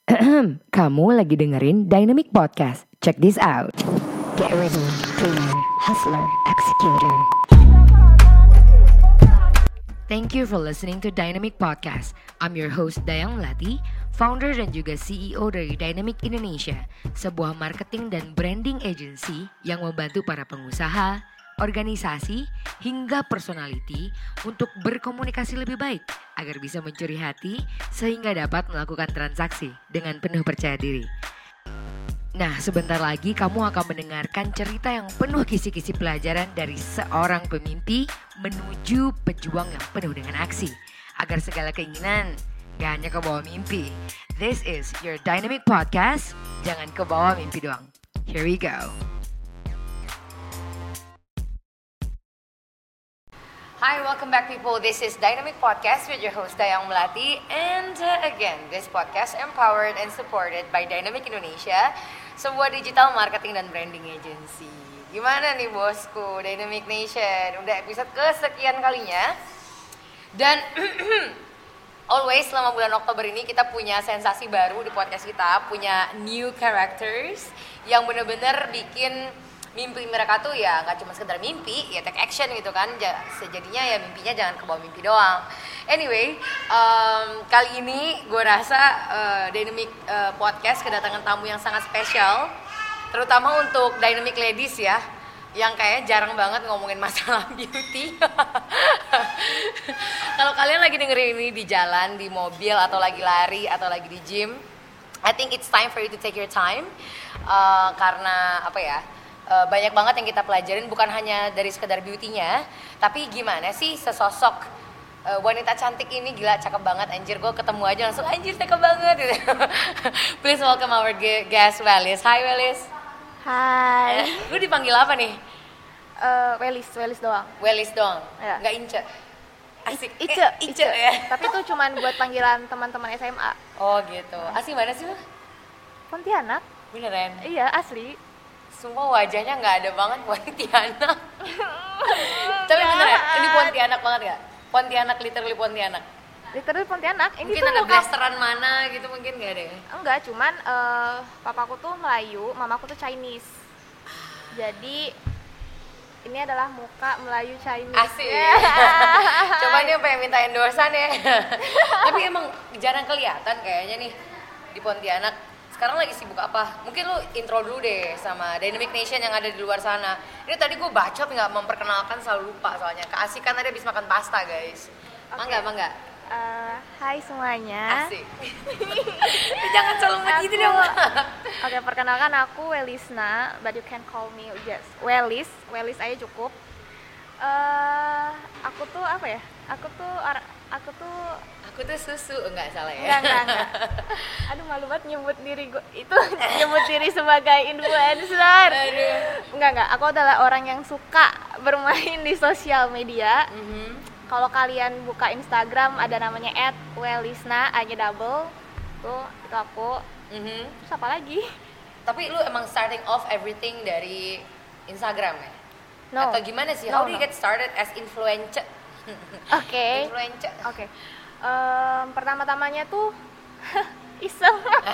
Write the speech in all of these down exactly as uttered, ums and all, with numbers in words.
Kamu lagi dengerin Dynamic Podcast. Check this out. Get ready, dreamer, hustler, executor. Thank you for listening to Dynamic Podcast. I'm your host Dayang Melati, founder dan juga C E O dari Dynamic Indonesia, sebuah marketing dan branding agency yang membantu para pengusaha, organisasi, hingga personality untuk berkomunikasi lebih baik agar bisa mencuri hati sehingga dapat melakukan transaksi dengan penuh percaya diri. Nah, sebentar lagi kamu akan mendengarkan cerita yang penuh kisi-kisi pelajaran dari seorang pemimpi menuju pejuang yang penuh dengan aksi agar segala keinginan gak hanya kebawa mimpi. This is your Dynamic Podcast. Jangan kebawa mimpi doang. Here we go. Hi, welcome back people. This is Dynamic Podcast with your host Dayang Melati. And uh, again, this podcast empowered and supported by Dynamic Indonesia, sebuah digital marketing dan branding agency. Gimana nih bosku, Dynamic Nation? Udah episode kesekian kalinya. Dan always selama bulan Oktober ini kita punya sensasi baru di podcast kita. Punya new characters yang bener-bener bikin mimpi mereka tuh ya gak cuma sekedar mimpi, ya take action gitu kan. Sejadinya ya mimpinya jangan kebawa mimpi doang. Anyway, um, kali ini gue rasa uh, Dynamic uh, Podcast kedatangan tamu yang sangat spesial, terutama untuk Dynamic Ladies ya, yang kayaknya jarang banget ngomongin masalah beauty. Kalau kalian lagi dengerin ini di jalan, di mobil, atau lagi lari, atau lagi di gym, I think it's time for you to take your time. uh, Karena apa ya, Uh, banyak banget yang kita pelajarin, bukan hanya dari sekedar beauty-nya, tapi gimana sih sesosok uh, wanita cantik ini. Gila, cakep banget, anjir. Gue ketemu aja langsung, anjir cakep banget gitu. Please welcome our guest, Welis. Hi Welis. Hai. Eh, lu dipanggil apa nih? Uh, Welis, Welis doang. Welis doang? Ya. Gak Ince? Asik. Ice, eh, Ice. Ice ya. Tapi itu cuman buat panggilan teman-teman S M A. Oh gitu. Asli mana sih lu? Pontianak. Beneran? Iya, asli. Sumpah wajahnya nggak ada banget Pontianak. Tapi beneran, ini Pontianak banget nggak? Pontianak, literally Pontianak. Literally Pontianak. Ini Mungkin tuh ada muka... blasteran mana gitu, mungkin nggak ada ya? Enggak, cuman uh, papaku tuh Melayu, mamaku tuh Chinese. Jadi ini adalah muka Melayu Chinese. Asik. Coba dia pengen minta endorsean ya. Tapi emang jarang kelihatan kayaknya nih di Pontianak. Sekarang lagi sibuk apa? Mungkin lu intro dulu deh sama Dynamic Nation yang ada di luar sana. Ini tadi gue bacot nggak memperkenalkan, selalu lupa soalnya. Keasikan tadi habis makan pasta guys. Okay. Mangga, mangga. Uh, hai semuanya. Asik. Jangan selalu begitu dong. Oke, okay, perkenalkan aku Welisna, but you can call me just Welis. Welis aja cukup. Uh, aku tuh apa ya? Aku tuh aku tuh aku tuh susu, enggak salah ya? Enggak, enggak, enggak. Aduh, malu banget nyebut diri gue itu nyebut diri sebagai influencer. Aduh. Enggak, enggak. Aku adalah orang yang suka bermain di sosial media. Mm-hmm. Kalau kalian buka Instagram ada namanya et welisna aja double. Tuh, itu aku. Mm-hmm. Terus apa lagi? Tapi lu emang starting off everything dari Instagram ya? No. Atau gimana sih? No, How do you no. get started as influencer? Oke. Okay. Influencer. Oke. Okay. Um, pertama-tamanya tuh iseng.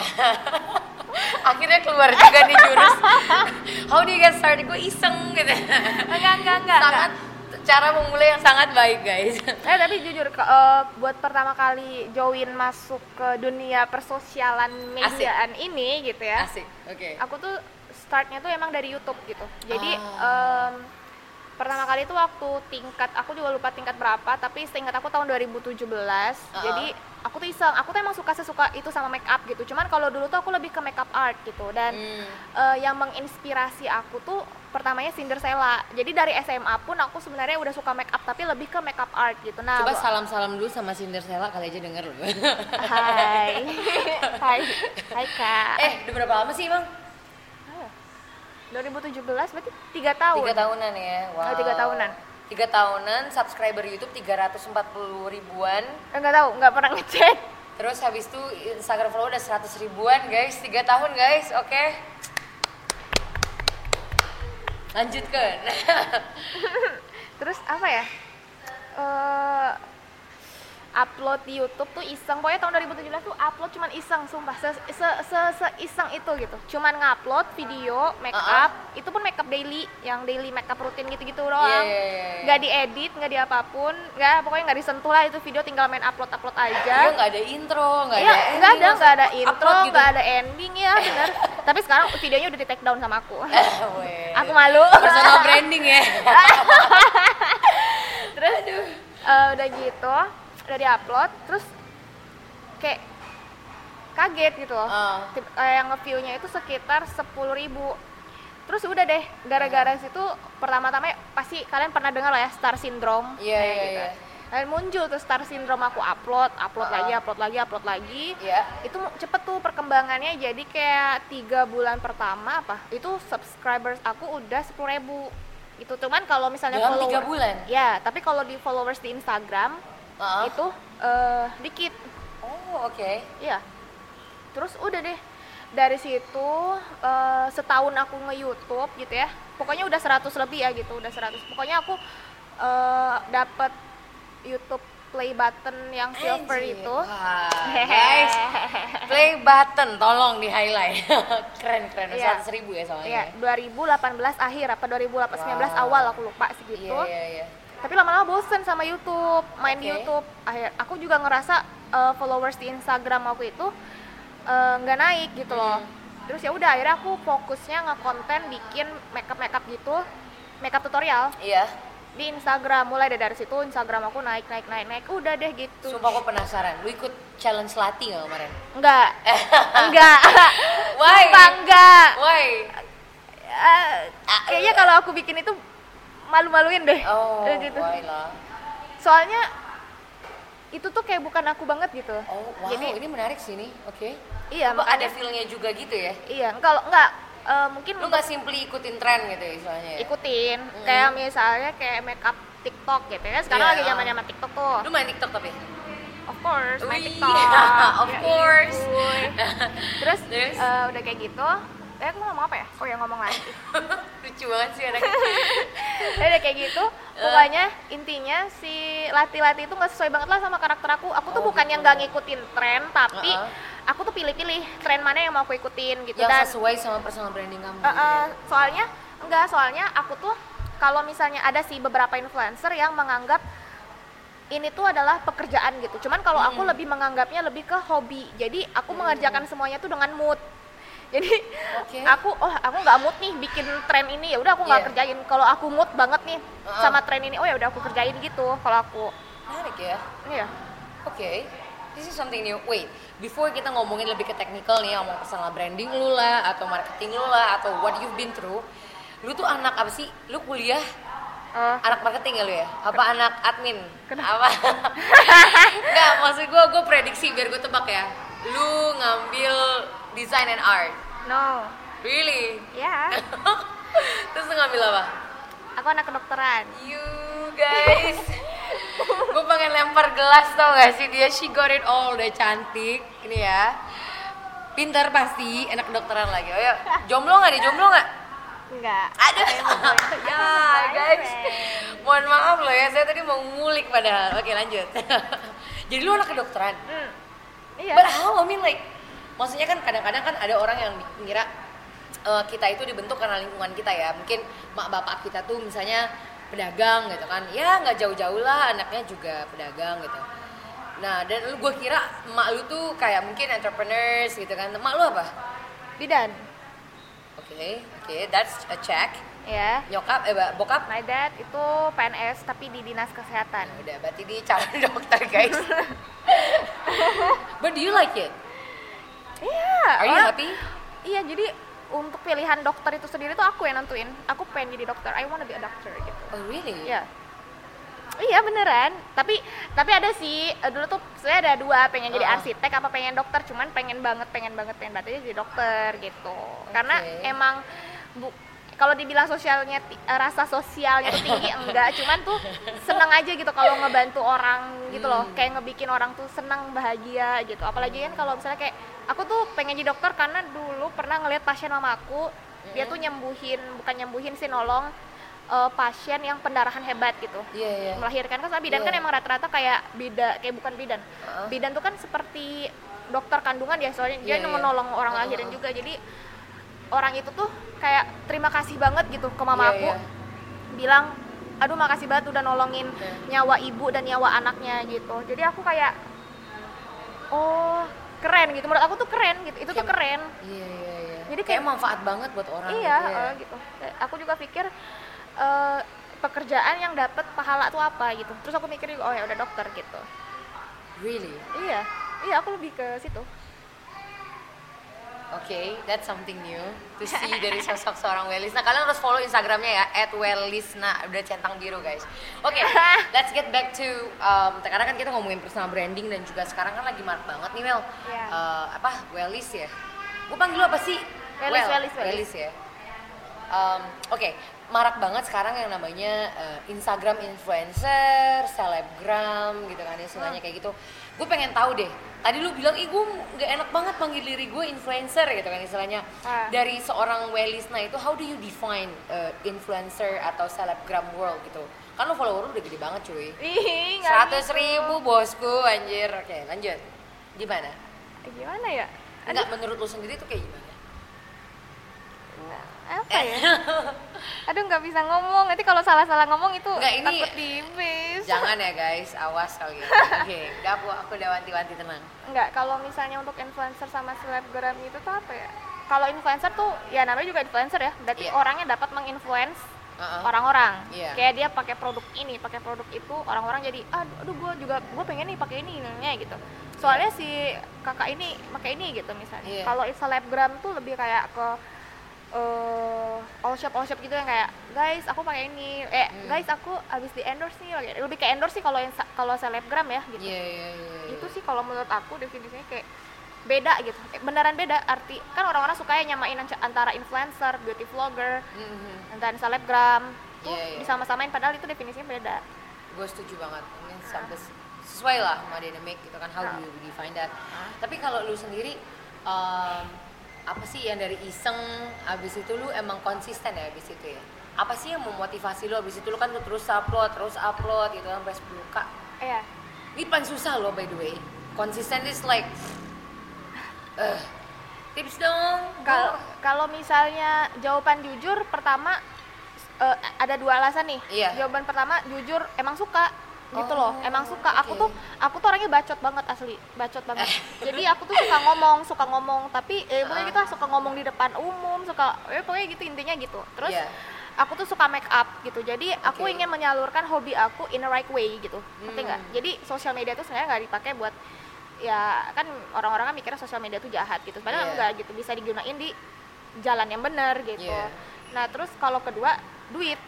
Akhirnya keluar juga nih jurus. How do you get started? Gue iseng gitu. Enggak, enggak, enggak. Sangat enggak. Cara memulai yang sangat baik guys. Eh tapi jujur, uh, buat pertama kali join masuk ke dunia persosialan mediaan Asik. Ini gitu ya. Asik. Oke. Okay. Aku tuh startnya tuh emang dari YouTube gitu. Jadi ah. um, pertama kali itu waktu tingkat, aku juga lupa tingkat berapa, tapi seingat aku tahun dua ribu tujuh belas. Uh-huh. Jadi aku tuh iseng, aku tuh emang suka sesuka itu sama make up gitu. Cuman kalau dulu tuh aku lebih ke make up art gitu. Dan hmm. uh, yang menginspirasi aku tuh pertamanya Cinderella. Jadi dari S M A pun aku sebenarnya udah suka make up, tapi lebih ke make up art gitu. Nah, coba salam-salam dulu sama Cinderella, kali aja denger loh. Hai. Hai. Hai Kak. Eh, udah berapa lama sih Bang? dua ribu tujuh belas berarti tiga tahun. tiga tahunan ya. Wow. tiga tahunan. tiga tahunan, subscriber YouTube tiga ratus empat puluh ribuan. Enggak tahu, enggak pernah ngecek. Terus habis itu Instagram follow udah seratus ribuan, guys. tiga tahun, guys. Oke. Okay. Lanjutkan. Terus apa ya? Uh, upload di YouTube tuh iseng. Pokoknya tahun dua ribu tujuh belas tuh upload cuman iseng, sumpah. Se, se, se, se iseng itu gitu. Cuman ngupload video make up, uh-uh. itu pun make up daily, yang daily make up rutin gitu-gitu doang. Yeah, yeah, yeah. Nggak diedit, nggak di apapun, nggak pokoknya nggak disentuh lah itu video, tinggal main upload upload aja. Iya, nggak ada intro, nggak ya, ada ending, nggak ada, nggak ada intro, gitu. nggak ada ending ya bener. Tapi sekarang videonya udah di take down sama aku. Aku malu. Personal branding ya. Terus uh, udah gitu, udah diupload, terus kayak kaget gitu loh. Uh. Yang nge-view-nya itu sekitar sepuluh ribu. Terus udah deh, gara-gara situ pertama-tama pasti kalian pernah dengar lah ya Star Syndrome. Iya, iya, gitu. iya. Dan muncul tuh Star Syndrome, aku upload, upload uh-uh. lagi, upload lagi, upload lagi. Yeah. Itu cepet tuh perkembangannya, jadi kayak tiga bulan pertama apa, itu subscribers aku udah sepuluh ribu. Itu cuman kalau misalnya dalam follower, tiga bulan? Ya, tapi kalau di followers di Instagram, uh-uh. itu uh, dikit. Oh, oke. Okay. Iya. Terus udah deh, dari situ uh, setahun aku nge-YouTube gitu ya, pokoknya udah seratus lebih ya gitu, udah seratus. Pokoknya aku uh, dapet YouTube play button yang silver Anjir. Itu. Wah, guys, play button tolong di highlight. Keren keren, yeah. seratus ribu ya soalnya. Iya, dua ribu delapan belas akhir apa dua ribu sembilan belas wow. awal aku lupa segitu. Iya iya iya. Tapi lama-lama bosen sama YouTube, main okay. di YouTube. Akhir aku juga ngerasa uh, followers di Instagram aku itu nggak uh, naik gitu loh. Hmm. Terus ya udah akhirnya aku fokusnya nge-konten bikin makeup makeup gitu, makeup tutorial. Iya. Di Instagram, mulai dari situ Instagram aku naik naik naik naik udah deh gitu. Sumpah aku penasaran, lu ikut challenge Lati nggak kemarin? Enggak. Enggak. Why? Sumpah enggak. Why? Uh, kayaknya kalau aku bikin itu malu-maluin deh. Oh, gitu. why lah? Soalnya itu tuh kayak bukan aku banget gitu. Oh, wow, jadi, ini menarik sih nih. Oke. Okay. Iya, makanya, ada feel-nya juga gitu ya? Iya, kalau enggak Uh, mungkin lu nggak simply ikutin tren gitu ya soalnya ya? Ikutin, mm. kayak misalnya kayak makeup TikTok gitu ya, sekarang yeah. lagi zamannya sama TikTok tuh. Lu main TikTok tapi? Of course, main Wih, TikTok. of course. Terus, Terus? Uh, udah kayak gitu, eh aku mau ngomong apa ya? Oh ya ngomong lagi. Lucu banget sih anaknya. Udah kayak gitu, pokoknya intinya si Lati-Lati itu nggak sesuai banget lah sama karakter aku. Aku tuh oh, bukan gitu. Yang nggak ngikutin tren, tapi uh-uh. aku tuh pilih-pilih tren mana yang mau aku ikutin gitu. Yang dan sesuai sama personal branding kamu. Uh, uh, soalnya enggak, soalnya aku tuh kalau misalnya ada sih beberapa influencer yang menganggap ini tuh adalah pekerjaan gitu. Cuman kalau hmm. aku lebih menganggapnya lebih ke hobi. Jadi aku hmm. mengerjakan semuanya tuh dengan mood. Jadi okay. aku oh aku nggak mood nih bikin tren ini, ya udah aku nggak yeah. kerjain. Kalau aku mood banget nih uh-uh. sama tren ini, oh ya udah aku kerjain gitu. Kalau aku. Menarik ya. Iya. Oke. Okay. This is something new. Wait, before kita ngomongin lebih ke technical nih, ngomong personal branding lu lah, atau marketing lu lah, atau what you've been through. Lu tuh anak apa sih? Lu kuliah uh, anak marketing ya lu ya? Apa ken- anak admin? Kenapa? Apa? Enggak, maksud gue, gue prediksi biar gue tebak ya. Lu ngambil design and art? No. Really? Ya. Yeah. Terus lu ngambil apa? Aku anak kedokteran. You guys. Gue pengen lempar gelas tau gak sih dia, she got it all, udah cantik ini ya, pintar pasti, anak kedokteran lagi. Oh ya, jomblo nggak nih, jomblo nggak? Enggak. Ada. Ya guys, mohon maaf loh ya, saya tadi mau ngulik padahal. Oke lanjut. Jadi lu anak kedokteran? Hmm. Iya. But how, I mean like, maksudnya kan kadang-kadang kan ada orang yang ngira uh, kita itu dibentuk karena lingkungan kita ya. Mungkin mak bapak kita tuh misalnya pedagang gitu kan, ya nggak jauh-jauh lah anaknya juga pedagang gitu. Nah dan lu, gue kira emak lu tuh kayak mungkin entrepreneurs gitu kan. Emak lu apa? Bidan. Oke okay, oke okay, that's a check. Ya. Yeah. Nyokap eh bokap? My dad itu P N S tapi di dinas kesehatan. Ya udah berarti di calon dokter guys. But do you like it? Iya. Yeah, Are you orang, happy? Iya jadi untuk pilihan dokter itu sendiri tuh aku yang nentuin. Aku pengen jadi dokter. I wanna be a doctor gitu. Oh really? Iya. Iya beneran. Tapi tapi ada sih dulu tuh saya ada dua, pengen jadi uh-uh. arsitek apa pengen dokter. Cuman pengen banget, pengen banget, pengen banget jadi dokter gitu. Okay. Karena emang bu, kalau dibilang sosialnya rasa sosialnya tuh tinggi enggak, cuman tuh seneng aja gitu kalau ngebantu orang gitu loh, kayak ngebikin orang tuh senang bahagia gitu. Apalagi kan kalau misalnya kayak aku tuh pengen jadi dokter karena dulu pernah ngeliat pasien mama aku, dia tuh nyembuhin, bukan nyembuhin sih, nolong uh, pasien yang pendarahan hebat gitu. Iya, iya. Melahirkan kan, soalnya bidan Iya. kan emang rata-rata kayak bida kayak bukan bidan. Uh-uh. Bidan tuh kan seperti dokter kandungan ya, soalnya dia Iya, iya. menolong orang Uh-uh. lahirin juga. Jadi orang itu tuh kayak terima kasih banget gitu ke mama Iya, aku. iya. Bilang, aduh makasih banget udah nolongin Iya. nyawa ibu dan nyawa anaknya gitu. Jadi aku kayak, oh keren gitu, menurut aku tuh keren gitu, itu tuh Kayak- keren. Iya, iya, iya. Jadi kayak kayak- manfaat banget buat orang Iya, gitu ya. eh, gitu. Eh, Aku juga pikir eh, pekerjaan yang dapat pahala tuh apa gitu. Terus aku mikir juga, oh ya udah dokter gitu. Really? Iya, iya aku lebih ke situ. Oke, that's something new to see dari sosok seorang Welisna. Kalian harus follow Instagramnya ya, at Welisna, udah centang biru guys. Oke, let's get back to, um, karena kan kita ngomongin personal branding dan juga sekarang kan lagi marak banget nih Mel. Iya. Uh, apa, Welis ya? Gue panggil lu apa sih? Welis, Well, Welis, Welis. Welis ya. Um, Oke, marak banget sekarang yang namanya uh, Instagram influencer, selebgram gitu kan, istilahnya kayak gitu. Gue pengen tahu deh, tadi lu bilang, ih gue gak enak banget panggil diri gue influencer gitu kan istilahnya. Ah. Dari seorang Welisna itu, how do you define uh, influencer atau selebgram world gitu? Kan lu follower lu udah gede banget cuy. Ih, nggak Seratus gitu. ribu bosku anjir. Oke lanjut, gimana? Eh, Gimana ya? Enggak, menurut lu sendiri tuh kayak gimana? Nggak, apa ya? Aduh nggak bisa ngomong, nanti kalau salah-salah ngomong itu Nggak, ini- takut dibis. Jangan ya guys, awas kali ya. Oke, enggak, aku, aku udah wanti-wanti tenang. Enggak, kalau misalnya untuk influencer sama selebgram itu tuh apa ya? Kalau influencer tuh ya namanya juga influencer ya, berarti Iya. orangnya dapat menginfluence Uh-uh. orang-orang. Iya. Kayak dia pakai produk ini, pakai produk itu, orang-orang jadi aduh, aduh gue juga gue pengen nih pakai ini ininya gitu. Soalnya si kakak ini pakai ini gitu misalnya. Iya. Kalau selebgram tuh lebih kayak ke eh all shop all shop gitu yang kayak guys aku pakai ini, eh Hmm. guys aku habis di endorse nih, lebih ke endorse sih kalau yang sa- kalau selebgram ya gitu. Iya, iya, iya. iya. Itu sih kalau menurut aku definisinya kayak beda gitu, Eh, beneran beda arti kan orang-orang suka ya nyamain anca- antara influencer, beauty vlogger, Mhm. dan selebgram tuh Iya, iya. disama-samain padahal itu definisinya beda. Gue setuju banget. Ini sampai sesuai lah sama dynamic gitu kan, how do you define that. Tapi kalau lu sendiri um, apa sih yang dari iseng abis itu lu emang konsisten ya abis itu ya? Apa sih yang memotivasi lu abis itu? Lu kan lu terus upload, terus upload gitu sampai sepuluh k. Iya. Ini paling susah loh by the way. Konsisten is like eh tips dong. Kalau kalau misalnya jawaban jujur pertama eh, ada dua alasan nih. Iya. Jawaban pertama jujur emang suka gitu Oh, loh. Emang suka. Aku oke. tuh aku tuh orangnya bacot banget asli, bacot banget. Jadi aku tuh suka ngomong, suka ngomong, tapi eh pokoknya Ah. kita suka ngomong di depan umum, suka eh pokoknya gitu intinya gitu. Terus Iya. aku tuh suka make up gitu. Jadi aku Oke. ingin menyalurkan hobi aku in a right way gitu. Ngerti nggak? Hmm. Jadi sosial media tuh sebenarnya nggak dipakai buat ya kan orang-orang kan mikirnya sosial media tuh jahat gitu. Padahal Iya. enggak gitu, bisa digunain di jalan yang benar gitu. Iya. Nah, terus kalau kedua duit.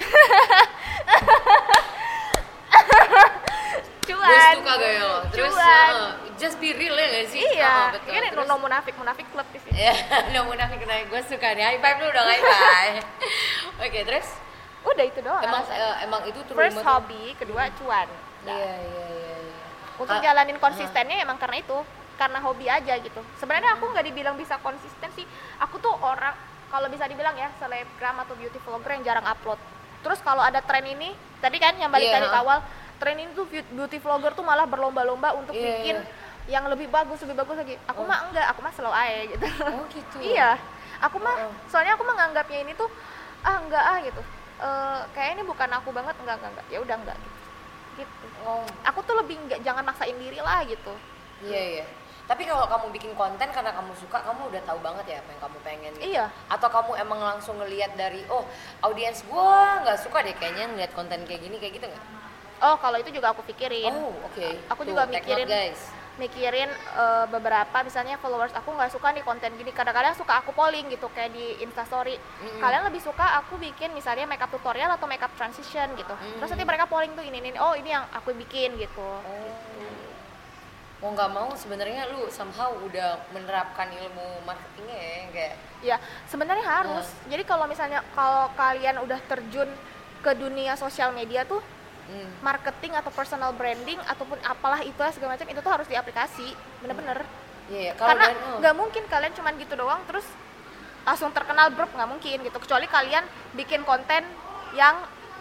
Cuan. Gue suka gaya lo. Terus Cuan. uh, just be real ya gak sih? Iya, Uh, betul. ini Terus- no munafik, munafik klub di sini. Ya, no munafik naik. Gue suka nih. High five dulu dong, high five. Oke, terus Udah itu doang. emang alasan. eh, emang itu tuh First rumah tuh- hobby, kedua cuan. Nah, Iya, iya, iya, iya. untuk Kal- jalanin konsistennya emang karena itu, karena hobi aja gitu. Sebenarnya aku nggak dibilang bisa konsisten sih. Aku tuh orang kalau bisa dibilang ya selebgram atau beauty vlogger yang jarang upload. Terus kalau ada tren ini, tadi kan yang balik Iya, dari ha. awal, tren ini tuh beauty vlogger tuh malah berlomba-lomba untuk Iya, bikin iya. yang lebih bagus, lebih bagus lagi. Aku Oh. mah enggak, aku mah slow aja gitu. Oh, gitu. Iya, aku mah Oh. soalnya aku menganggapnya ini tuh ah enggak ah gitu. Eh kayak ini bukan aku banget, enggak enggak enggak. Ya udah enggak gitu. Gitu. Oh, Aku tuh lebih enggak jangan maksain diri lah gitu. iya, iya. Tapi kalau kamu bikin konten karena kamu suka, kamu udah tahu banget ya apa yang kamu pengen. gitu? Iya. Atau kamu emang langsung ngelihat dari, oh, audiens gua nggak suka deh kayaknya ngeliat konten kayak gini, kayak gitu nggak? Oh, kalau itu juga aku pikirin. Oh, oke. Aku Tuh, juga take mikirin note, guys. mikirin eh, beberapa misalnya followers aku nggak suka nih konten gini, kadang-kadang suka aku polling gitu kayak di Instastory. Mm-mm. Kalian lebih suka aku bikin misalnya makeup tutorial atau makeup transition gitu. Terus nanti Mm. mereka polling tuh ini ini oh ini yang aku bikin gitu. Oh. Mau nggak mau sebenarnya lu somehow udah menerapkan ilmu marketingnya ya, kayak Ya sebenarnya harus. Jadi kalau misalnya kalau kalian udah terjun ke dunia sosial media tuh hmm, marketing atau personal branding ataupun apalah itu segala macam itu tuh harus diaplikasi bener-bener. iya, iya. Kalau Karena dan- oh. nggak mungkin kalian cuman gitu doang terus langsung terkenal brep, nggak mungkin gitu, kecuali kalian bikin konten yang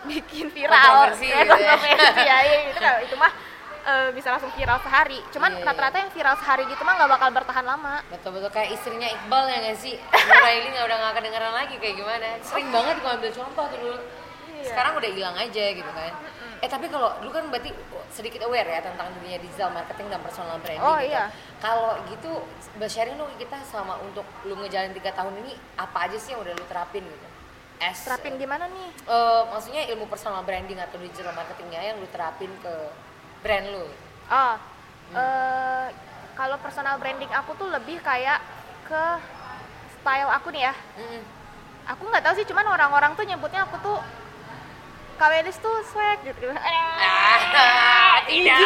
bikin viral, Kontroversi ya, gitu ya. kontroversi ya, ya, itu, itu mah uh, bisa langsung viral sehari. Cuman Iya, iya. rata-rata yang viral sehari gitu mah nggak bakal bertahan lama. Betul-betul kayak istrinya Iqbal ya nggak sih? Nuraili nggak udah nggak kedengeran lagi kayak gimana? Sering banget gue ambil contoh tuh dulu. Iya. Sekarang udah hilang aja gitu kan. Eh tapi kalau dulu kan berarti sedikit aware ya tentang dunia digital marketing dan personal branding Oh, gitu. iya. Kalau gitu sharing dong kita sama untuk lu ngejalanin tiga tahun ini apa aja sih yang udah lu terapin gitu? As, Terapin gimana nih? eh, maksudnya ilmu personal branding atau digital marketingnya yang lu terapin ke brand lu. Oh, eh, kalau personal branding aku tuh lebih kayak ke style aku nih ya. Mm-mm. Aku nggak tahu sih, cuman orang-orang tuh nyebutnya aku tuh K W Lis tuh swag gitu. Ah, tidak.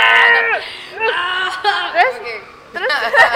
Terus, Oke. terus,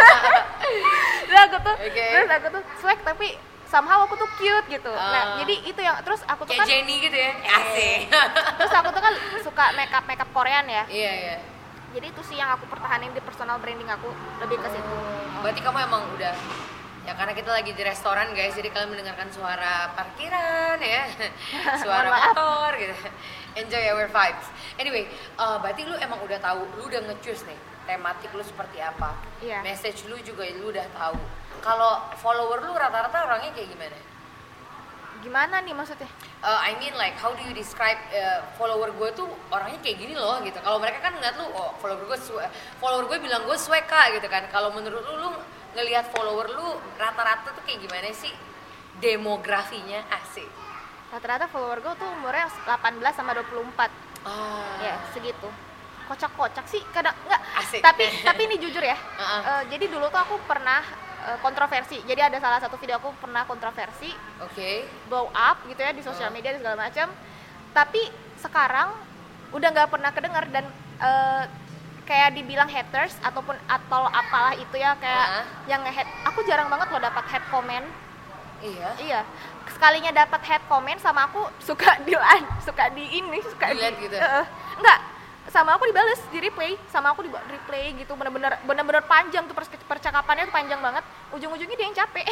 terus aku tuh, Oke. terus aku tuh swag tapi somehow aku tuh cute gitu. Nah, Ah. jadi itu yang terus aku tuh Kayak kan, Jenny gitu ya. Asik. terus aku tuh kan suka makeup makeup Korean ya. Iya, iya. Jadi itu sih yang aku pertahanin di personal branding aku, lebih ke situ. Berarti kamu emang udah ya karena kita lagi di restoran guys, jadi kalian mendengarkan suara parkiran ya, suara Mohon maaf. motor gitu. Enjoy our vibes. Anyway, uh, berarti lu emang udah tahu, lu udah nge-choose nih tematik lu seperti apa. Iya. Message lu juga lu udah tahu. Kalau follower lu rata-rata orangnya kayak gimana? Gimana nih maksudnya? Uh, I mean like how do you describe uh, follower gue tuh orangnya kayak gini loh gitu. Kalau mereka kan ngeliat lu, oh follower gue swe- follower gue bilang gue swag kak gitu kan. Kalau menurut lu, lu ngelihat follower lu rata-rata tuh kayak gimana sih demografinya? Asik. Rata-rata follower gue tuh umurnya delapan belas sama dua puluh empat. Ah. Ya, segitu. Kocak-kocak sih kadang enggak. Asik. Tapi tapi ini jujur ya. Uh-uh. Eh, jadi dulu tuh aku pernah eh, kontroversi. Jadi ada salah satu video aku pernah kontroversi, Oke. blow up gitu ya di sosial Uh. media dan segala macam. Tapi sekarang udah nggak pernah kedengar dan eh, kayak dibilang haters ataupun atau apalah itu ya kayak Uh-huh. yang nge-hate. Aku jarang banget loh dapat hate comment. Iya. Iya. Sekalinya dapat hate comment sama aku suka di suka di ini, suka Dilihat di gitu? eh, enggak. Sama aku dibales, di replay, sama aku di replay gitu, bener-bener bener-bener panjang tuh percak- percakapannya tuh panjang banget. Ujung-ujungnya dia yang capek.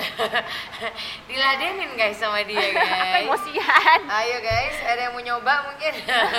Diladenin guys sama dia Aku guys. emosian. Ayo guys, ada yang mau nyoba mungkin?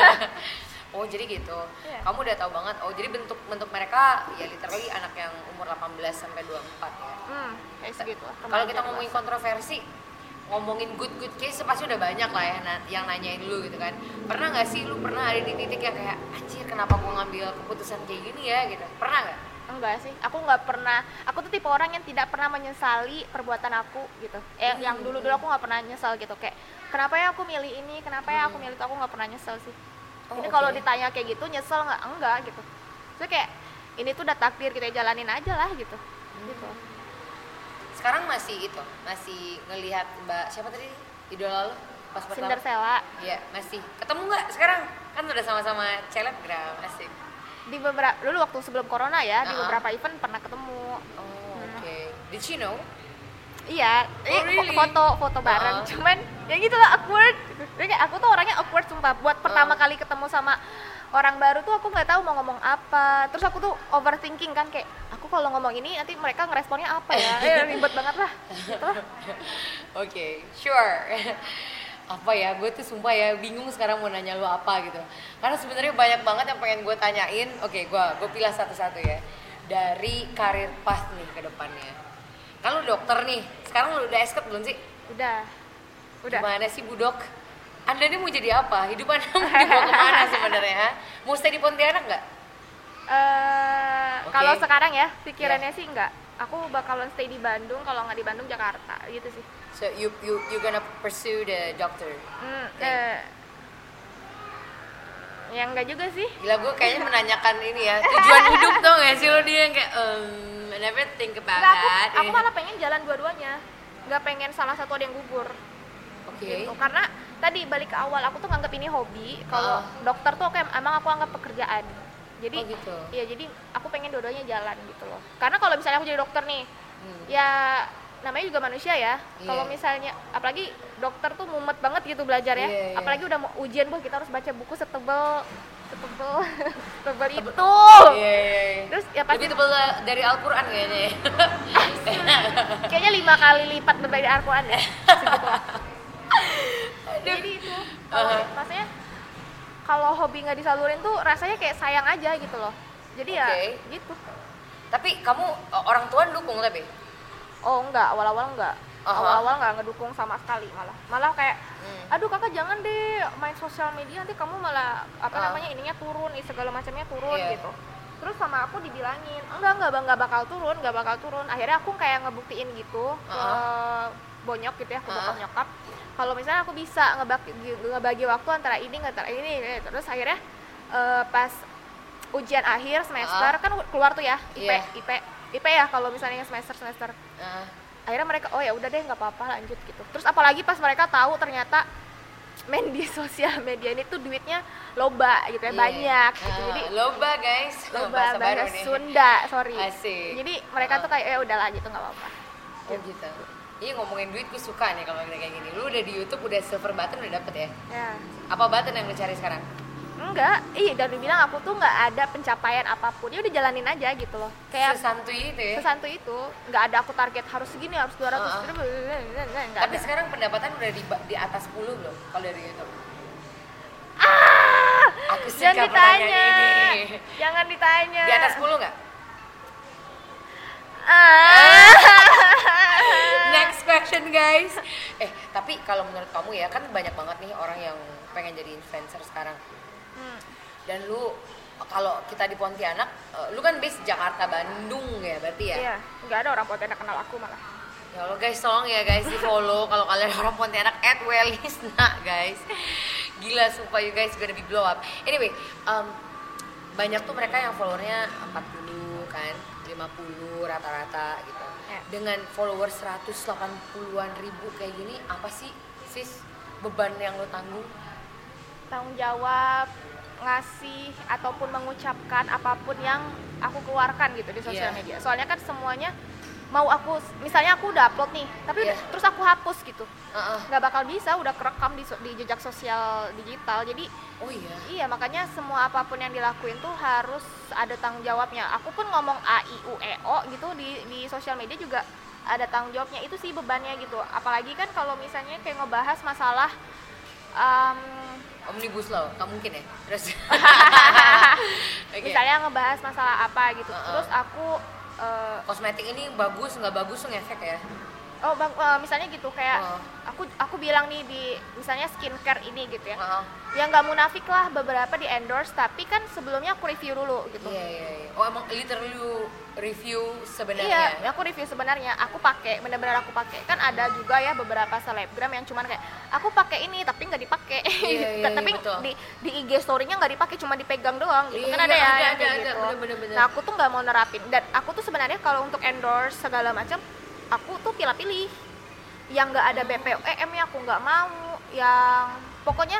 Oh jadi gitu. Iya. Kamu udah tahu banget. Oh jadi bentuk bentuk mereka ya literally anak yang umur delapan belas sampai dua puluh empat ya. Hmm, kayak segitu lah. Kalau kita remaja ngomongin dewasa. kontroversi, ngomongin good good case pasti udah banyak lah ya na- yang nanyain lu gitu kan. Pernah nggak sih lu pernah ada di titik yang kayak anjir kenapa gua ngambil keputusan kayak gini ya gitu? Pernah nggak? Enggak sih, aku nggak pernah, aku tuh tipe orang yang tidak pernah menyesali perbuatan aku gitu. Eh, Hmm. yang dulu-dulu aku nggak pernah nyesal gitu, kayak kenapa ya aku milih ini, kenapa ya aku milih itu, aku nggak pernah nyesel sih. Oh, Ini oke. kalau ditanya kayak gitu nyesel nggak? Enggak gitu. So kayak ini tuh udah takdir, kita jalanin aja lah gitu. Gitu. Sekarang masih itu, masih ngelihat Mbak siapa tadi idola lu pas pertama? Cinderella Iya, masih. Ketemu nggak sekarang? Kan udah sama-sama selebgram, asik. di beberapa dulu waktu sebelum corona ya, di Uh-uh. beberapa event pernah ketemu. Oh, oke. Did she know? Iya, Oh, eh, really? foto foto bareng. Uh-uh. Cuman ya gitu lah awkward. Jadi kayak aku tuh orangnya awkward sumpah. Buat pertama Uh. kali ketemu sama orang baru tuh aku nggak tahu mau ngomong apa. Terus aku tuh overthinking kan kayak aku kalau ngomong ini nanti mereka ngeresponnya apa ya? Eh, ribet banget lah. Gitu lah. Oke, sure. Apa ya, gue tuh sumpah ya bingung sekarang mau nanya lu apa gitu. Karena sebenarnya banyak banget yang pengen gue tanyain. Oke, gue gue pilih satu-satu ya. Dari karir path nih ke depannya. Kan lu dokter nih. Sekarang lu udah esket belum sih? Udah. Udah. Gimana sih Budok? Anda ini mau jadi apa? Hidup Anda mau dibawa kemana sebenarnya? Ha? Mau stay di Pontianak nggak? Eh, Oke. kalau sekarang ya pikirannya sih enggak. Aku bakalan stay di Bandung, kalau nggak di Bandung Jakarta gitu sih. So you you you gonna pursue the doctor? Hmm, Oke. eh, ya enggak juga sih. Gila gue kayaknya menanyakan ini ya tujuan hidup dong ya sih lo dia yang kayak um, I never think about Enggak, aku, that. aku malah pengen jalan dua-duanya. Nggak pengen salah satu ada yang gugur. Oke. Gitu. Karena tadi balik ke awal aku tuh nganggap ini hobi. Kalau Ah. dokter tuh kayak emang aku anggap pekerjaan. Jadi Oh, gitu. iya, jadi aku pengen dua-duanya jalan gitu loh. Karena kalau misalnya aku jadi dokter nih, Hmm. ya namanya juga manusia ya. Iya. Kalau misalnya apalagi dokter tuh mumet banget gitu belajar ya. Iya, iya. Apalagi udah mau ujian, boh kita harus baca buku setebel setebel setebel itu. Iya, iya, iya. Terus ya pasti Lebih tebal dari Al-Quran kayaknya ya. kayaknya lima kali lipat berbeda Al-Quran ya. Segitu lah. Jadi itu Kalau Uh-huh. rasanya kalau hobi nggak disalurin tuh rasanya kayak sayang aja gitu loh. Jadi ya Oke. gitu. Tapi kamu uh, orang tua dukung tapi? Oh enggak, awal-awal enggak. Aha. Awal-awal enggak ngedukung sama sekali malah. Malah kayak Hmm. aduh kakak jangan deh main sosial media nanti kamu malah apa Ah. namanya ininya turun, ih, segala macamnya turun Iya. gitu. Terus sama aku dibilangin, enggak enggak bang, enggak bakal turun, enggak bakal turun. Akhirnya aku kayak ngebuktiin gitu ke Ah. bonyok gitu ya, ke Ah. bokap nyokap. Kalau misalnya aku bisa ngebagi, ngebagi waktu antara ini antara ini, terus akhirnya eh, pas ujian akhir semester Ah. kan keluar tuh ya I P Iya. I P I P ya kalau misalnya semester semester Uh, akhirnya mereka oh ya udah deh nggak apa-apa lanjut gitu. Terus apalagi pas mereka tahu ternyata main di sosial media ini tuh duitnya loba gitu ya, iya. banyak gitu. Ah, Jadi loba guys. loba Bahasa baru bahasa nih. Sunda, sorry. Asik. Jadi mereka Ah. tuh kayak ya udahlah gitu nggak apa-apa. Oh gitu. Iya ngomongin duit gue suka nih kalau kayak gini. Lu udah di YouTube udah silver button udah dapet ya? Ya. Apa button yang lu cari sekarang? Enggak, ih dan dibilang aku tuh nggak ada pencapaian apapun, ya udah jalanin aja gitu loh. Kayak Sesantuy itu ya? sesantuy itu, nggak ada aku target harus segini, harus dua ratus, Ah. nggak Tapi ada. sekarang pendapatan udah di, di atas sepuluh belum kalau dari YouTube? Ah, Aku suka jangan ditanya, pertanyaan ini. jangan ditanya. Di atas sepuluh nggak? Ah. Next question guys. Eh tapi kalau menurut kamu ya kan banyak banget nih orang yang pengen jadi influencer sekarang. Hmm. Dan lu kalau kita di Pontianak, eh, lu kan base Jakarta Bandung ya berarti ya? Iya, nggak ada orang Pontianak kenal aku malah. Ya Allah guys, tolong ya guys di follow kalau kalian orang Pontianak at Welisna guys. Gila sumpah you guys gonna be blow up. Anyway, um, banyak tuh mereka yang followernya empat puluh kan, lima puluh rata-rata gitu. Ya. Dengan followers seratus delapan puluhan ribu kayak gini, apa sih sis beban yang lo tanggung? Tanggung jawab, ngasih ataupun mengucapkan apapun yang aku keluarkan gitu di sosial Iya. media. Soalnya kan semuanya mau aku, misalnya aku udah upload nih, tapi Iya. terus aku hapus gitu, Uh-uh. nggak bakal bisa, udah kerekam di, so- di jejak sosial digital. Jadi Oh iya. iya makanya semua apapun yang dilakuin tuh harus ada tanggung jawabnya. Aku pun ngomong A I U E O gitu di di sosial media juga ada tanggung jawabnya. Itu sih bebannya gitu. Apalagi kan kalau misalnya kayak ngebahas masalah um, Omnibus Law, nggak mungkin ya? Terus Oke. misalnya ngebahas masalah apa gitu. Uh-uh. Terus aku eh, Kosmetik ini bagus nggak bagus tuh ngefek ya? oh bang, eh, misalnya gitu kayak Oh. aku aku bilang nih di misalnya skincare ini gitu ya. Uh-uh. Ya nggak munafik lah beberapa di endorse, tapi kan sebelumnya aku review dulu gitu. Iya iya iya. Oh emang literally you review Iya, sebenarnya? aku review sebenarnya. Aku pakai, benar-benar aku pakai. Kan ada juga ya beberapa selebgram yang cuman kayak aku pakai ini tapi nggak dipakai. Iya, iya, tapi iya, betul. di di I G story-nya nggak dipakai, cuma dipegang doang gitu. Iya, Kan ada iya, ya ada, yang ada, kayak ada. gitu. Bener, bener, bener. Nah, aku tuh nggak mau nerapin. Dan aku tuh sebenarnya kalau untuk endorse segala macam, aku tuh pilih-pilih. Yang nggak ada B P O M-nya aku nggak mau. Yang pokoknya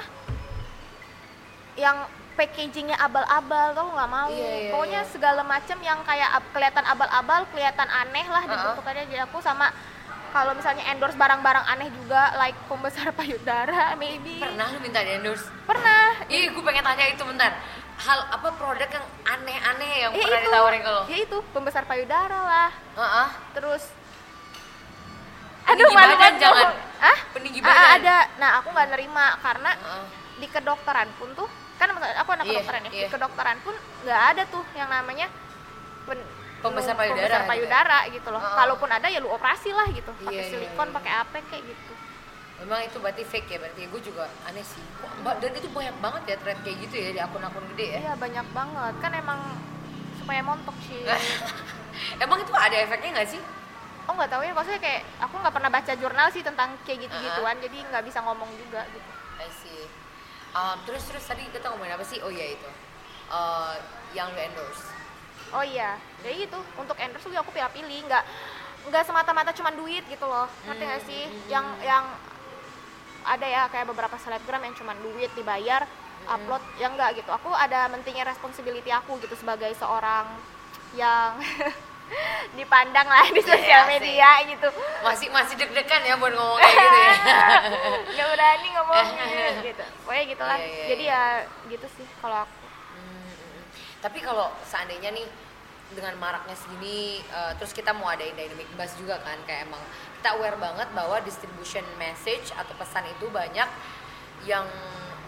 yang packagingnya abal-abal tuh nggak mau. Iya, iya, Pokoknya iya. segala macam yang kayak ab- kelihatan abal-abal, kelihatan aneh lah Uh-uh. dibentukannya. Jadi aku sama kalau misalnya endorse barang-barang aneh juga, like pembesar payudara, maybe. Pernah lu minta di endorse? Pernah. Ih, gue pengen tanya itu bentar. Hal apa produk yang aneh-aneh yang Ya pernah itu, ditawarin ke lo? ya itu pembesar payudara lah. Heeh. Terus, Peninggi aduh malu badan banget jangan. ngomong. Ah? Peninggi Ah, badan. ada. Nah aku nggak nerima karena Heeh. di kedokteran pun tuh kan aku anak Iya, kedokteran ya. iya. Di kedokteran pun nggak ada tuh yang namanya pen- Pembesar payudara pembesar gitu. payudara gitu loh. Heeh. Kalaupun ada ya lu operasi lah gitu. Pakai Iya, iya, silikon, iya. pakai apa kayak gitu. Memang itu berarti fake ya, berarti gue juga aneh sih. Kok, Mbak, dan itu banyak banget ya thread kayak gitu ya di akun-akun gede ya. Iya banyak banget. Kan emang supaya montok sih. Emang itu ada efeknya nggak sih? Oh nggak tahu ya, maksudnya kayak aku nggak pernah baca jurnal sih tentang kayak gitu-gituan, jadi nggak bisa ngomong juga gitu. I see. Um, terus terus tadi kita ngomongin apa sih? Oh iya itu. Uh, yang lu endorse. Oh iya, jadi gitu. Untuk endorse juga aku pilih-pilih, nggak nggak semata-mata cuma duit gitu loh. Ngerti nggak sih? Yang yang ada ya kayak beberapa selebgram yang cuma duit dibayar, upload, yang enggak gitu. Aku ada mentingin responsibility aku gitu sebagai seorang yang dipandang lah di sosial Iya, media gitu. Masih masih deg-degan ya buat ngomong kayak gitu ya. Nggak berani ngomongin gitu. Pokoknya gitulah. Iya, iya, Jadi iya. ya gitu sih kalau aku. Hmm, hmm. Tapi kalau seandainya nih dengan maraknya segini, uh, terus kita mau adain dynamic bus juga kan, kayak emang kita aware banget bahwa distribution message atau pesan itu banyak yang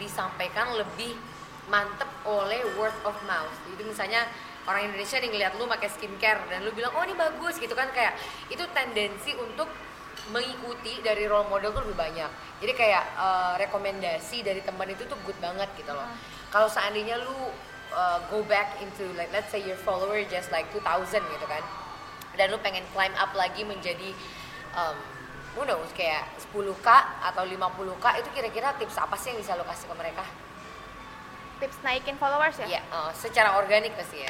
disampaikan lebih mantep oleh word of mouth. Jadi misalnya orang Indonesia nih ngeliat lu pakai skincare dan lu bilang oh ini bagus gitu kan, kayak itu tendensi untuk mengikuti dari role model tuh lebih banyak. Jadi kayak uh, rekomendasi dari teman itu tuh good banget gitu loh. Hmm. Kalau seandainya lu uh, go back into like let's say your follower just like two thousand gitu kan, dan lu pengen climb up lagi menjadi um, who knows kayak sepuluh k atau lima puluh k, itu kira-kira tips apa sih yang bisa lo kasih ke mereka? Tips naikin followers ya? Iya, uh, secara organik pasti ya.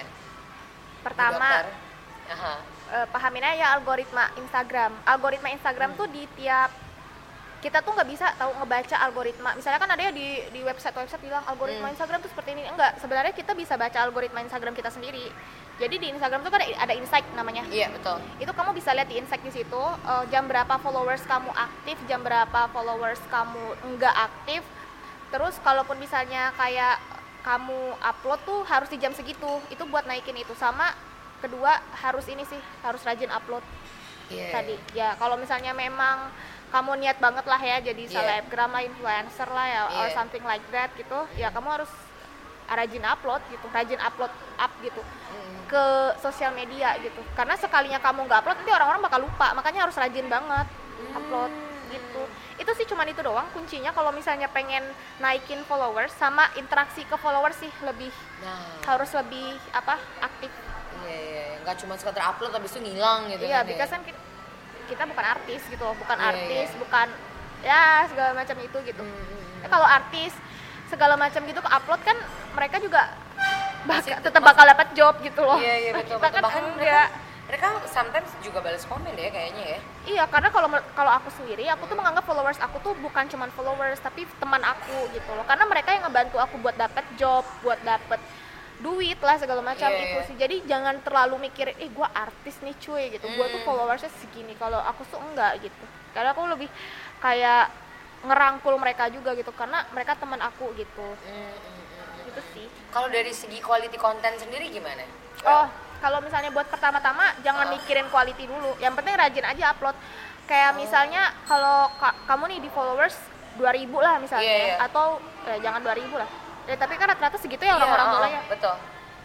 Pertama, uh, pahamin aja ya algoritma Instagram. Algoritma Instagram hmm. tuh di tiap kita tuh nggak bisa tahu ngebaca algoritma. Misalnya kan ada ya di di website-website bilang algoritma hmm. Instagram tuh seperti ini. Enggak, sebenarnya kita bisa baca algoritma Instagram kita sendiri. Jadi di Instagram tuh kan ada, ada insight namanya. Iya, betul. Itu kamu bisa lihat di insight di situ uh, jam berapa followers kamu aktif, jam berapa followers kamu enggak aktif. Terus kalaupun misalnya kayak kamu upload tuh harus di jam segitu. Itu buat naikin itu. Sama kedua harus ini sih, harus rajin upload. Yeah. Tadi. Ya, kalau misalnya memang kamu niat banget lah ya jadi yeah. selebgram lah, influencer lah ya, yeah. or something like that gitu, ya kamu harus rajin upload gitu, rajin upload up gitu mm. ke sosial media gitu. Karena sekalinya kamu nggak upload nanti orang-orang bakal lupa, makanya harus rajin banget mm. upload gitu. Itu sih cuman itu doang kuncinya kalau misalnya pengen naikin followers, sama interaksi ke followers sih lebih nah. harus lebih apa aktif. Iya, yeah, yeah. Nggak cuma sekedar upload habis itu ngilang gitu. Iya, kan because kan kita bukan artis gitu, bukan yeah, artis, yeah. bukan ya segala macam itu gitu. Mm-hmm. Ya, kalau artis segala macam gitu ke upload kan mereka juga baka, tetap bakal dapat job gitu loh. Iya, iya betul. Kita betul. kan Bahkan enggak. Mereka, mereka sometimes juga balas komen deh kayaknya ya. Iya, karena kalau kalau aku sendiri, aku tuh menganggap followers aku tuh bukan cuman followers tapi teman aku gitu loh. Karena mereka yang ngebantu aku buat dapat job, buat dapat duit lah segala macam yeah, itu sih. Jadi jangan terlalu mikir, eh gue artis nih cuy gitu. Mm. Gue tuh followersnya segini. Kalau aku tuh enggak gitu. Karena aku lebih kayak ngerangkul mereka juga gitu. Karena mereka teman aku gitu. Mm, mm, mm, gitu sih. Kalau dari segi quality konten sendiri gimana? Oh, kalau misalnya buat pertama-tama jangan uh. mikirin quality dulu. Yang penting rajin aja upload. Kayak oh. misalnya kalau ka- kamu nih di followers dua ribu lah misalnya, yeah, yeah. atau eh, jangan dua ribu lah. Ya, tapi kan rata-rata segitu ya orang-orang yeah, mulai ya. Betul.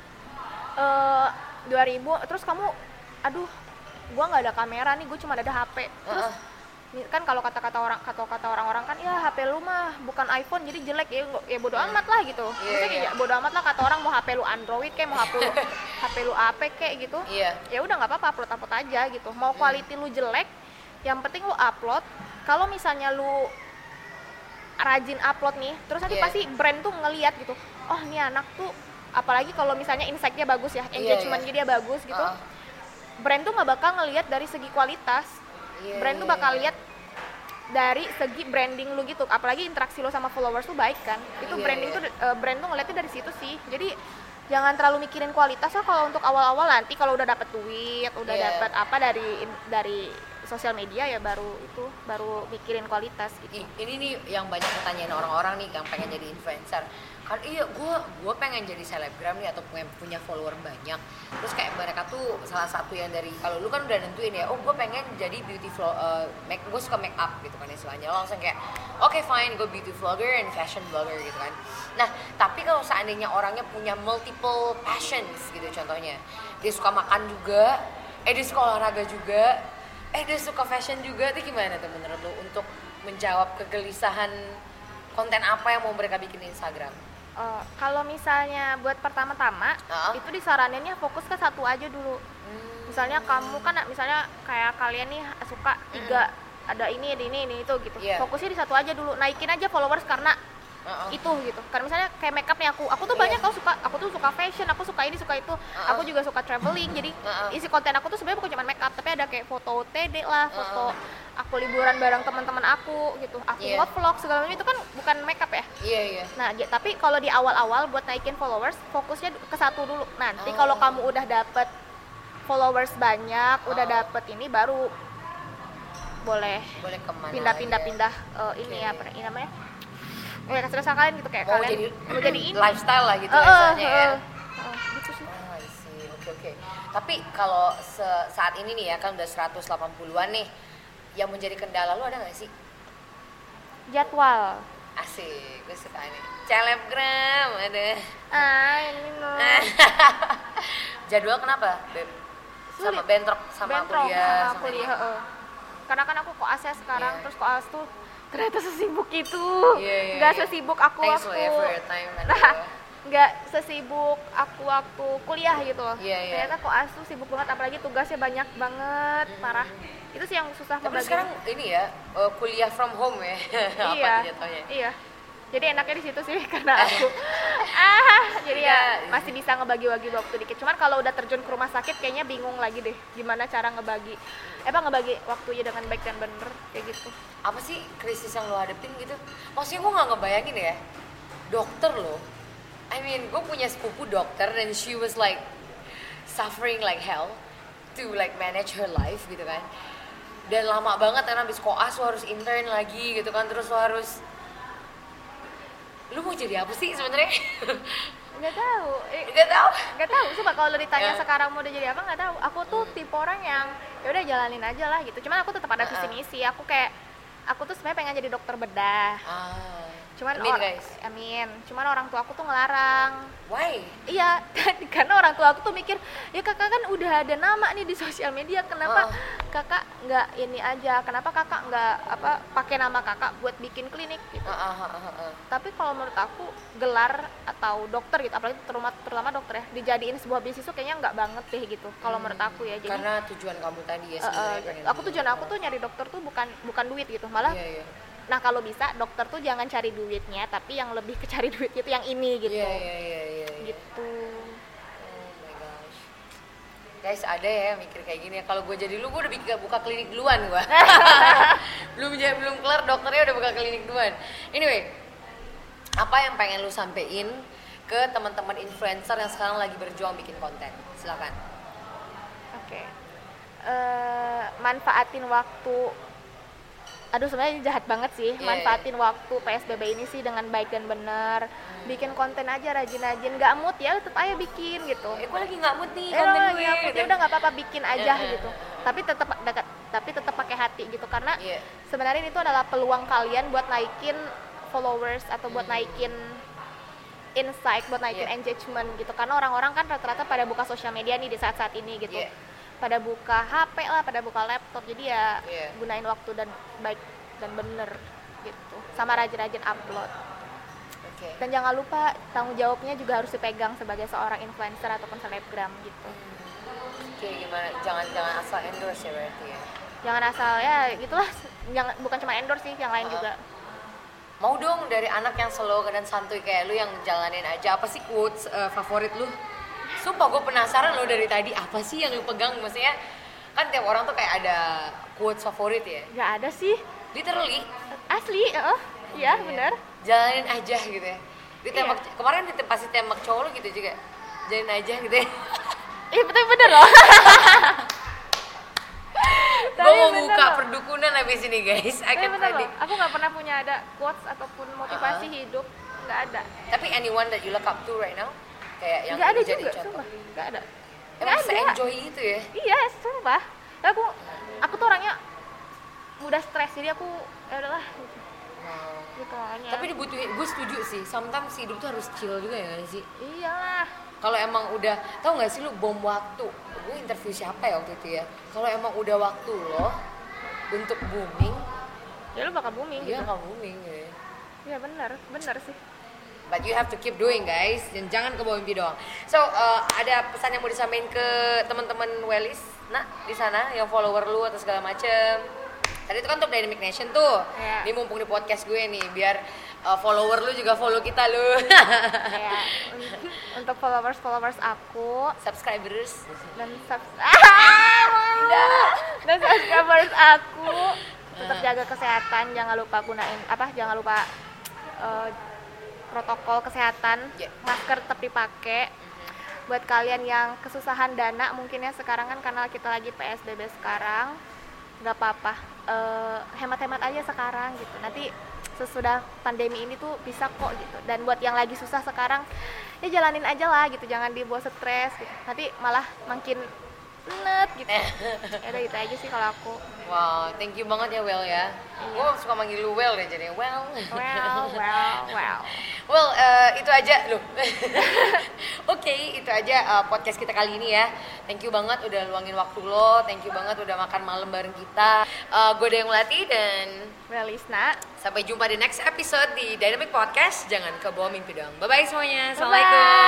Uh, dua ribu, terus kamu, aduh, gua nggak ada kamera nih, gue cuma ada H P. Terus uh-uh. kan kalau kata-kata orang, kata-kata orang-orang kan, ya H P lu mah bukan iPhone jadi jelek ya, ya bodo amat lah gitu. Yeah, Maksudnya kayak yeah. bodo amat lah kata orang mau H P lu Android kayak mau H P lu H P lu A P kayak gitu. Yeah. Ya udah nggak apa-apa, upload-upload aja gitu. Mau quality mm. lu jelek, yang penting lu upload. Kalau misalnya lu rajin upload nih, terus nanti yeah. pasti brand tuh ngelihat gitu, oh nih anak tuh, apalagi kalau misalnya insight-nya bagus ya, engagement-nya yeah, yeah. dia bagus gitu, uh. brand tuh nggak bakal ngelihat dari segi kualitas, yeah, brand tuh bakal lihat dari segi branding lu gitu, apalagi interaksi lu sama followers tuh baik kan, itu yeah, branding yeah. tuh uh, brand tuh ngeliatnya dari situ sih, jadi jangan terlalu mikirin kualitas lah kalau untuk awal-awal. Nanti kalau udah dapet duit, udah yeah. dapet apa dari dari sosial media ya baru itu baru mikirin kualitas gitu. Ini nih yang banyak pertanyaan orang-orang nih yang pengen jadi influencer. Kan iya gue gue pengen jadi selebgram nih atau pengen punya follower banyak. Terus kayak mereka tuh salah satu yang dari kalau lu kan udah nentuin ya, oh gue pengen jadi beauty vlog, uh, make gue suka make up gitu kan istilahnya. Lo langsung kayak oke okay, fine, gue beauty vlogger and fashion blogger gitu kan. Nah tapi kalau seandainya orangnya punya multiple passions gitu contohnya, dia suka makan juga, eh dia suka olahraga juga, eh dia suka fashion juga, itu gimana tuh menurut lo untuk menjawab kegelisahan konten apa yang mau mereka bikin di Instagram? Uh, kalau misalnya buat pertama-tama uh-huh. itu disaraninnya fokus ke satu aja dulu. Hmm. Misalnya kamu kan misalnya kayak kalian nih suka tiga, hmm. ada ini, ada ini, ini itu gitu. Yeah. Fokusnya di satu aja dulu, naikin aja followers karena uh-uh. itu gitu. Karena misalnya kayak makeup nih aku, aku tuh yeah. banyak tau suka, aku tuh suka fashion, aku suka ini, suka itu. Uh-uh. Aku juga suka traveling. Jadi uh-uh. isi konten aku tuh sebenarnya bukan cuma makeup, tapi ada kayak foto T D lah, foto uh-uh. aku liburan bareng teman-teman aku gitu. Aku yeah. nge-vlog segala macam itu kan bukan makeup ya. Iya yeah, iya. Yeah. Nah, j- tapi kalau di awal-awal buat naikin followers, fokusnya ke satu dulu. Nanti oh. kalau kamu udah dapet followers banyak, oh. udah dapet ini baru boleh boleh kemana pindah-pindah-pindah uh, okay. ini apa ini namanya? Ya kasih kalian gitu kayak mau kalian jadi, mau jadi ini lifestyle lah gitu uh, misalnya uh, ya. Uh, gitu sih. Oh, I see. Oke oke. Tapi kalau se- saat ini nih ya kan udah seratus delapan puluhan nih, yang menjadi kendala lu ada nggak sih? Jadwal. Asik, gue suka nih. Celebgram ada. Ah, ini loh. Jadwal kenapa, Beb? Sama Sulit. bentrok sama Bentrok kuliah sama kuliah, ini? heeh. Karena kan aku koasnya sekarang, Iya. terus koas tuh ternyata sesibuk itu. Iya, iya, Nggak iya. sesibuk aku Thanks waktu for your time, Nah, aduh. nggak sesibuk aku waktu kuliah gitu loh. Iya, iya. Ternyata koas tuh sibuk banget, apalagi tugasnya banyak banget, Hmm. parah. Itu sih yang susah Tapi ngebagi. sekarang ini ya, uh, kuliah from home ya. Apa Iya, tuh jatuhnya? iya. Jadi enaknya di situ sih karena aku ah jadi ya Iya. masih bisa ngebagi-bagi waktu dikit. Cuman kalau udah terjun ke rumah sakit kayaknya bingung lagi deh gimana cara ngebagi. Eh apa ngebagi waktunya dengan baik dan bener kayak gitu. Apa sih krisis yang lo hadepin gitu? Maksudnya gue nggak ngebayangin ya, dokter lo. I mean, gue punya sepupu dokter dan she was like suffering like hell to like manage her life gitu kan. Dan lama banget kan habis koas lo harus intern lagi gitu kan, terus lo harus lu mau jadi apa sih sebenarnya? Nggak tahu. Eh, Gak tau. nggak tahu coba kalau lo ditanya Ya. sekarang mau udah jadi apa nggak tahu. Aku tuh Hmm. tipe orang yang ya udah jalanin aja lah gitu. Cuman aku tetap ada visi Uh-uh. misi. Aku kayak aku tuh sebenarnya pengen jadi dokter bedah. Ah, Cuman amin or- guys. amin. Cuman orang tua aku tuh ngelarang. Why? Iya, karena orang tua aku tuh mikir, ya kakak kan udah ada nama nih di sosial media, kenapa Oh. kakak nggak ini aja, kenapa kakak nggak apa pakai nama kakak buat bikin klinik gitu. Ah, ah, ah, ah, ah. Tapi kalau menurut aku gelar atau dokter gitu, apalagi terutama, terutama dokter ya, dijadiin sebuah bisnis tuh kayaknya nggak banget deh gitu. Kalau menurut aku ya, jadi Karena tujuan kamu tadi ya eh, eh, sebenarnya pengen aku tujuan aku tuh nyari dokter tuh bukan bukan duit gitu, malah. Iya, iya. Nah kalau bisa dokter tuh jangan cari duitnya, tapi yang lebih ke cari duit itu yang ini gitu. Iya, iya, iya, iya, iya. Gitu. Oh my gosh. Guys, ada ya yang mikir kayak gini ya. Kalau gue jadi lu, gue udah bikin buka klinik duluan gue. belum ja- belum kelar dokternya udah buka klinik duluan. Anyway, apa yang pengen lu sampein ke teman-teman influencer yang sekarang lagi berjuang bikin konten? Silakan. Oke. Eh, manfaatin waktu. Aduh sebenarnya jahat banget sih. Iya, Manfaatin waktu P S B B ini sih dengan baik dan benar. Bikin konten aja rajin-rajin. Gak mood ya tetap aja bikin gitu. Eh, gue lagi nggak mood nih Eh, konten lo gue. lagi mood ya udah nggak apa-apa bikin aja Iya, gitu. iya. Tapi tetap dekat, tapi tetap pakai hati gitu karena Iya. sebenarnya itu adalah peluang kalian buat naikin followers atau buat Hmm. naikin insight, buat naikin Iya. engagement gitu. Karena orang-orang kan rata-rata pada buka sosial media nih di saat-saat ini gitu. Iya. Pada buka H P lah, pada buka laptop. Jadi ya Iya. gunain waktu dan baik dan bener gitu. Sama rajin-rajin upload. Oke. Dan jangan lupa tanggung jawabnya juga harus dipegang sebagai seorang influencer ataupun selebgram gitu. Oke, gimana? Jangan-jangan asal endorse ya berarti ya. Jangan asal ya gitulah, jangan bukan cuma endorse sih, yang lain Uh-uh. juga. Mau dong dari anak yang slow dan santuy kayak lu yang jalanin aja. Apa sih quotes uh, favorit lu? Sumpah gue penasaran lo dari tadi apa sih yang lu pegang, maksudnya kan tiap orang tuh kayak ada quotes favorit ya. Gak ada sih, Literally asli, oh iya bener. jalanin aja gitu ya. Ditembak Iya. kemarin ditem- pasti tembak cowok lu gitu juga. Jalanin aja gitu ya. Iya betul bener loh. Gue Tapi mau bener buka loh. perdukunan habis ini guys. I Tapi can bener tadi. loh, aku gak pernah punya ada quotes ataupun motivasi Uh-uh. hidup, gak ada. Tapi anyone that you look up to right now? Kayak yang Gak ada lu jadi juga, contoh. sumpah, gak ada. Emang Gak ada. se-enjoy itu ya? Iya, sumpah. Aku aku tuh orangnya mudah stres, jadi aku ya udahlah gitu. Wow. Gitu aja. Tapi dibutuhin, gue setuju sih. Sometimes hidup tuh harus chill juga ya nggak sih. iyalah. Kalau emang udah, tau nggak sih lu bom waktu? Gue interview siapa ya waktu itu ya? Kalau emang udah waktu lo untuk booming, Ya lu bakal booming dia gitu. nggak booming ya. Iya bener, bener sih. But you have to keep doing guys, dan jangan ke bawah mimpi doang. So uh, ada pesan yang mau disampaikan ke teman-teman Wellis, nah di sana yang follower lu atau segala macem. Tadi itu kan untuk Dynamic Nation tuh. Iya. Ini mumpung di podcast gue nih, biar uh, follower lu juga follow kita lu. Kayak untuk followers followers aku Subscribers. dan subs ah, mau. dan subscribers aku tetap jaga kesehatan, jangan lupa gunain apa jangan lupa eh, protokol kesehatan, Yeah. masker tetap dipakai. Buat kalian yang kesusahan dana mungkin ya sekarang kan karena kita lagi P S B B sekarang, nggak apa-apa, eh, hemat-hemat aja sekarang gitu. Nanti sesudah pandemi ini tuh bisa kok gitu. Dan buat yang lagi susah sekarang ya jalanin aja lah gitu, jangan dibawa stres gitu. Nanti malah makin net gitu. Ya udah gitu aja sih kalau aku. Wow, thank you banget ya Well ya. Gue suka manggil lu Well deh jadi Well. Well, well, well. Well, uh, itu aja loh. Oke, okay, itu aja uh, podcast kita kali ini ya. Thank you banget udah luangin waktu lo. Thank you banget udah makan malam bareng kita. Uh, gue Dayang Melati dan Melisna. Sampai jumpa di next episode di Dynamic Podcast. Jangan kebawa mimpi dong. Bye bye semuanya. Bye-bye. Assalamualaikum.